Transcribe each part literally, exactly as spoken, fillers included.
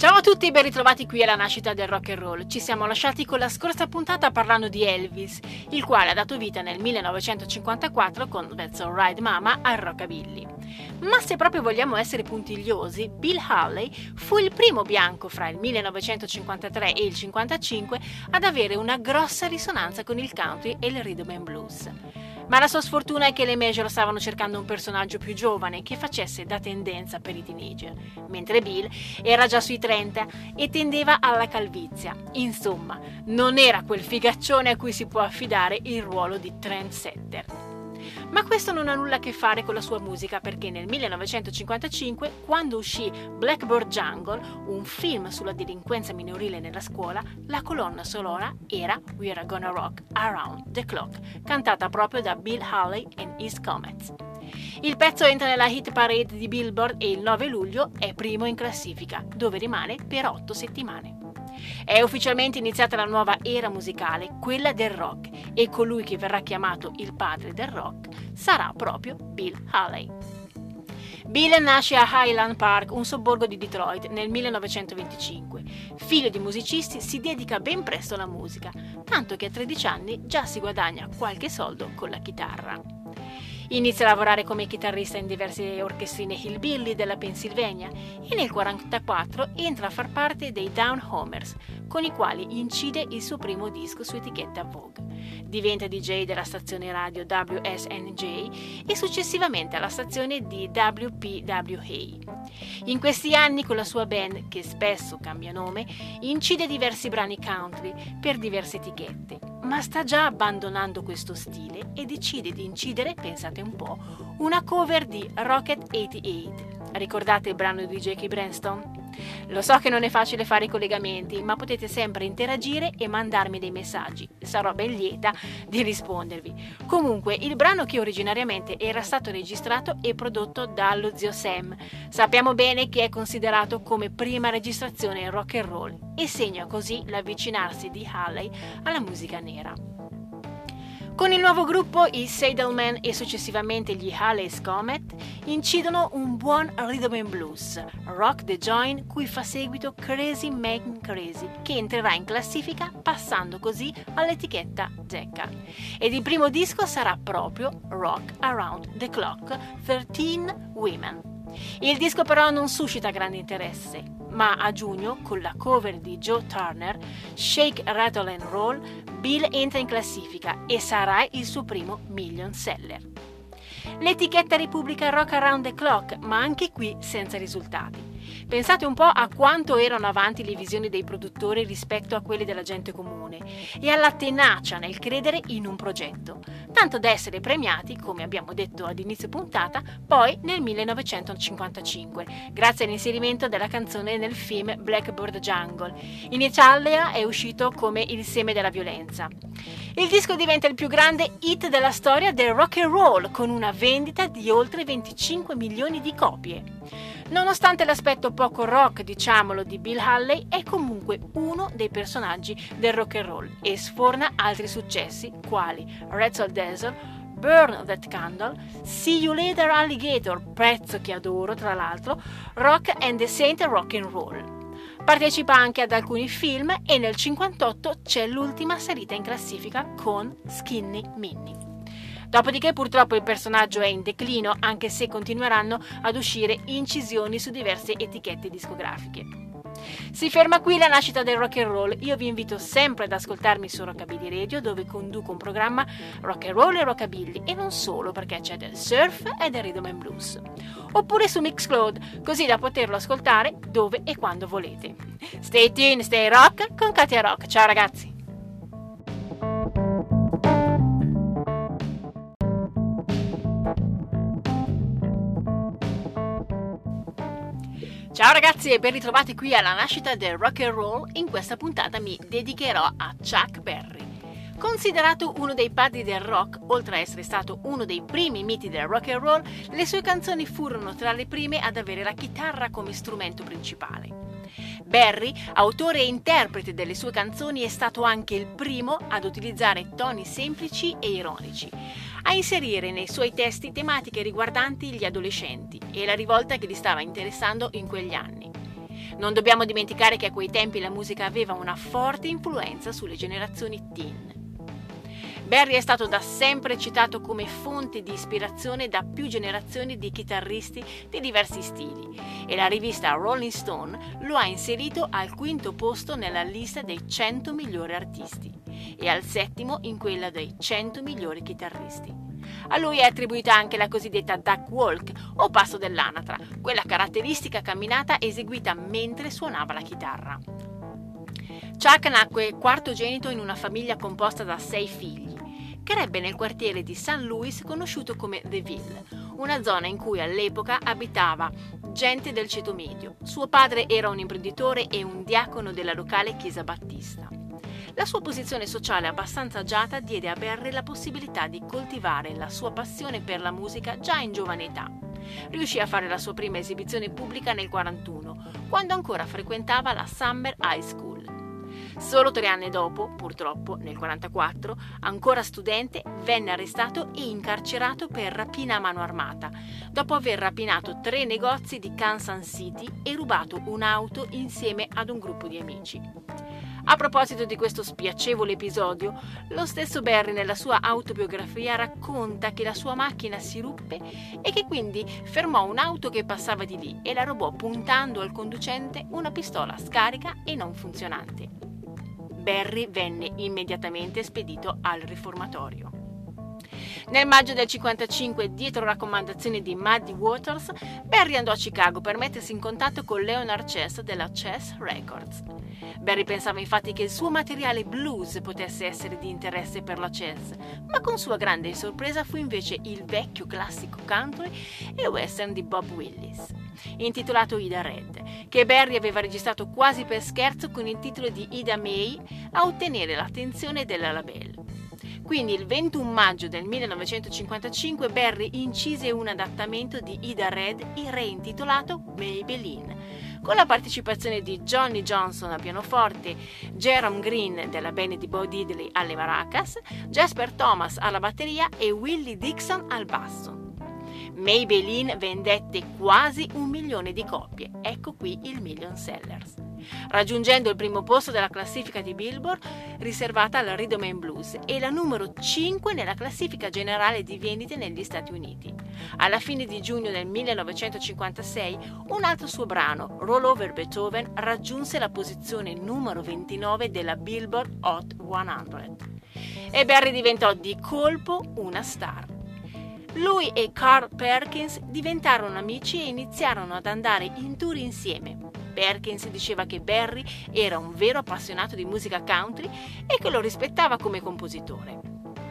Ciao a tutti e ben ritrovati qui alla nascita del rock and roll. Ci siamo lasciati con la scorsa puntata parlando di Elvis, il quale ha dato vita nel millenovecentocinquantaquattro con That's Alright Mama al rockabilly. Ma se proprio vogliamo essere puntigliosi, Bill Haley fu il primo bianco fra il millenovecentocinquantatré e il cinquantacinque ad avere una grossa risonanza con il country e il rhythm and blues. Ma la sua sfortuna è che le major stavano cercando un personaggio più giovane che facesse da tendenza per i teenager, mentre Bill era già sui trenta e tendeva alla calvizia. Insomma, non era quel figaccione a cui si può affidare il ruolo di trendsetter. Ma questo non ha nulla a che fare con la sua musica, perché nel millenovecentocinquantacinque, quando uscì Blackbird Jungle, un film sulla delinquenza minorile nella scuola, la colonna sonora era We're Gonna Rock Around the Clock, cantata proprio da Bill Haley and His Comets. Il pezzo entra nella hit parade di Billboard e il nove luglio è primo in classifica, dove rimane per otto settimane. È ufficialmente iniziata la nuova era musicale, quella del rock, e colui che verrà chiamato il padre del rock sarà proprio Bill Haley. Bill nasce a Highland Park, un sobborgo di Detroit, nel millenovecentoventicinque. Figlio di musicisti, si dedica ben presto alla musica, tanto che a tredici anni già si guadagna qualche soldo con la chitarra. Inizia a lavorare come chitarrista in diverse orchestrine hillbilly della Pennsylvania e nel millenovecentoquarantaquattro entra a far parte dei Down Homers, con i quali incide il suo primo disco su etichetta Vogue. Diventa D J della stazione radio W S N J e successivamente alla stazione di W P W A. In questi anni con la sua band, che spesso cambia nome, incide diversi brani country per diverse etichette, ma sta già abbandonando questo stile e decide di incidere, pensate un po', una cover di Rocket ottantotto. Ricordate il brano di Jackie Branston? Lo so che non è facile fare i collegamenti, ma potete sempre interagire e mandarmi dei messaggi. Sarò ben lieta di rispondervi. Comunque, il brano che originariamente era stato registrato e prodotto dallo zio Sam. Sappiamo bene che è considerato come prima registrazione rock and roll e segna così l'avvicinarsi di Haley alla musica nera. Con il nuovo gruppo, i Seidelman e successivamente gli Haley's Comet, incidono un buon rhythm and blues, Rock the Joint, cui fa seguito Crazy Makin' Crazy, che entrerà in classifica passando così all'etichetta Decca. Ed il primo disco sarà proprio Rock Around the Clock, tredici Women. Il disco però non suscita grande interesse, ma a giugno, con la cover di Joe Turner, Shake, Rattle and Roll, Bill entra in classifica e sarà il suo primo million seller. L'etichetta ripubblica Rock Around the Clock, ma anche qui senza risultati. Pensate un po' a quanto erano avanti le visioni dei produttori rispetto a quelle della gente comune e alla tenacia nel credere in un progetto, tanto da essere premiati, come abbiamo detto ad inizio puntata, poi nel millenovecentocinquantacinque, grazie all'inserimento della canzone nel film Blackbird Jungle. In Italia è uscito come Il seme della violenza. Il disco diventa il più grande hit della storia del rock and roll, con una vendita di oltre venticinque milioni di copie. Nonostante l'aspetto poco rock, diciamolo, di Bill Haley, è comunque uno dei personaggi del rock and roll e sforna altri successi quali Red Desert, Burn That Candle, See You Later Alligator, pezzo che adoro tra l'altro, Rock and the Saint Rock and Roll. Partecipa anche ad alcuni film e nel cinquantotto c'è l'ultima salita in classifica con Skinny Minnie. Dopodiché purtroppo il personaggio è in declino, anche se continueranno ad uscire incisioni su diverse etichette discografiche. Si ferma qui la nascita del rock and roll. Io vi invito sempre ad ascoltarmi su Rockabilly Radio, dove conduco un programma rock and roll e rockabilly, e non solo, perché c'è del surf e del rhythm and blues. Oppure su Mixcloud, così da poterlo ascoltare dove e quando volete. Stay tuned, stay rock con Katia Rock. Ciao ragazzi! Ciao ragazzi e ben ritrovati qui alla nascita del rock and roll. In questa puntata mi dedicherò a Chuck Berry. Considerato uno dei padri del rock, oltre a essere stato uno dei primi miti del rock and roll, le sue canzoni furono tra le prime ad avere la chitarra come strumento principale. Berry, autore e interprete delle sue canzoni, è stato anche il primo ad utilizzare toni semplici e ironici, a inserire nei suoi testi tematiche riguardanti gli adolescenti e la rivolta che li stava interessando in quegli anni. Non dobbiamo dimenticare che a quei tempi la musica aveva una forte influenza sulle generazioni teen. Berry è stato da sempre citato come fonte di ispirazione da più generazioni di chitarristi di diversi stili e la rivista Rolling Stone lo ha inserito al quinto posto nella lista dei cento migliori artisti e al settimo in quella dei cento migliori chitarristi. A lui è attribuita anche la cosiddetta duck walk o passo dell'anatra, quella caratteristica camminata eseguita mentre suonava la chitarra. Chuck nacque quartogenito in una famiglia composta da sei figli. Crebbe nel quartiere di Saint Louis conosciuto come The Ville, una zona in cui all'epoca abitava gente del ceto medio. Suo padre era un imprenditore e un diacono della locale chiesa battista. La sua posizione sociale abbastanza agiata diede a Berry la possibilità di coltivare la sua passione per la musica già in giovane età. Riuscì a fare la sua prima esibizione pubblica nel quarantuno, quando ancora frequentava la Summer High School. Solo tre anni dopo, purtroppo, nel quarantaquattro, ancora studente, venne arrestato e incarcerato per rapina a mano armata, dopo aver rapinato tre negozi di Kansas City e rubato un'auto insieme ad un gruppo di amici. A proposito di questo spiacevole episodio, lo stesso Berry nella sua autobiografia racconta che la sua macchina si ruppe e che quindi fermò un'auto che passava di lì e la rubò puntando al conducente una pistola scarica e non funzionante. Berry venne immediatamente spedito al riformatorio. Nel maggio del cinquantacinque, dietro raccomandazioni di Muddy Waters, Berry andò a Chicago per mettersi in contatto con Leonard Chess della Chess Records. Berry pensava infatti che il suo materiale blues potesse essere di interesse per la Chess, ma con sua grande sorpresa fu invece il vecchio classico country e western di Bob Willis, intitolato Ida Red, che Berry aveva registrato quasi per scherzo con il titolo di Ida May a ottenere l'attenzione della label. Quindi il ventuno maggio del millenovecentocinquantacinque Berry incise un adattamento di Ida Red reintitolato Maybelline, con la partecipazione di Johnny Johnson al pianoforte, Jerome Green della band di Bo Diddley alle maracas, Jasper Thomas alla batteria e Willie Dixon al basso. Maybelline vendette quasi un milione di copie, ecco qui il million sellers, raggiungendo il primo posto della classifica di Billboard riservata al Rhythm and Blues e la numero cinque nella classifica generale di vendite negli Stati Uniti. Alla fine di giugno del millenovecentocinquantasei un altro suo brano, Roll Over Beethoven, raggiunse la posizione numero ventinove della Billboard Hot cento e Berry diventò di colpo una star. Lui e Carl Perkins diventarono amici e iniziarono ad andare in tour insieme. Perkins diceva che Berry era un vero appassionato di musica country e che lo rispettava come compositore.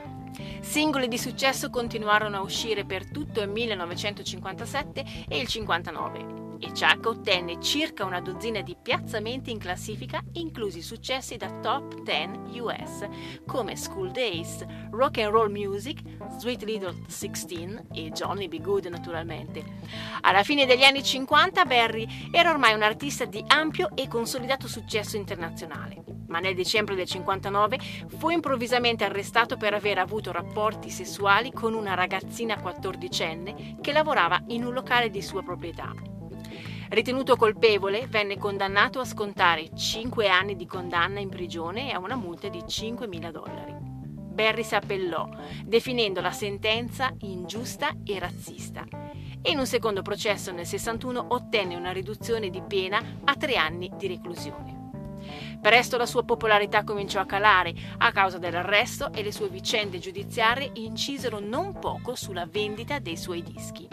Singoli di successo continuarono a uscire per tutto il millenovecentocinquantasette e il cinquantanove e Chuck ottenne circa una dozzina di piazzamenti in classifica, inclusi successi da top dieci U S come School Days, Rock and Roll Music, Sweet Little sedici e Johnny B. Good naturalmente. Alla fine degli anni cinquanta Berry era ormai un artista di ampio e consolidato successo internazionale, ma nel dicembre del cinquantanove fu improvvisamente arrestato per aver avuto rapporti sessuali con una ragazzina quattordicenne che lavorava in un locale di sua proprietà. Ritenuto colpevole, venne condannato a scontare cinque anni di condanna in prigione e a una multa di cinquemila dollari. Berry si appellò, definendo la sentenza ingiusta e razzista, e in un secondo processo nel sessantuno ottenne una riduzione di pena a tre anni di reclusione. Presto la sua popolarità cominciò a calare a causa dell'arresto e le sue vicende giudiziarie incisero non poco sulla vendita dei suoi dischi.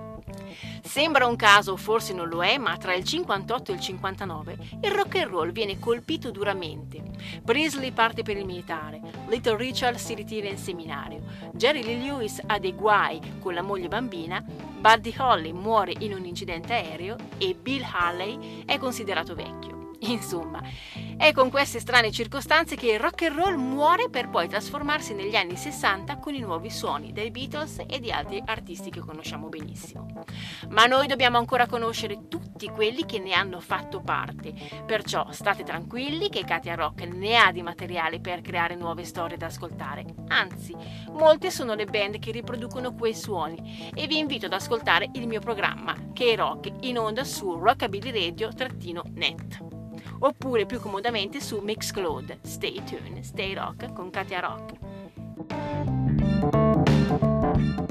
Sembra un caso, forse non lo è, ma tra il cinquantotto e il cinquantanove il rock and roll viene colpito duramente. Presley parte per il militare, Little Richard si ritira in seminario, Jerry Lee Lewis ha dei guai con la moglie bambina, Buddy Holly muore in un incidente aereo e Bill Haley è considerato vecchio. Insomma, è con queste strane circostanze che il rock and roll muore per poi trasformarsi negli anni sessanta con i nuovi suoni dei Beatles e di altri artisti che conosciamo benissimo. Ma noi dobbiamo ancora conoscere tutti quelli che ne hanno fatto parte, perciò state tranquilli che Katia Rock ne ha di materiale per creare nuove storie da ascoltare. Anzi, molte sono le band che riproducono quei suoni e vi invito ad ascoltare il mio programma K-Rock in onda su rockabilly radio net. Oppure più comodamente su Mixcloud. Stay tuned, stay rock con Katia Rock.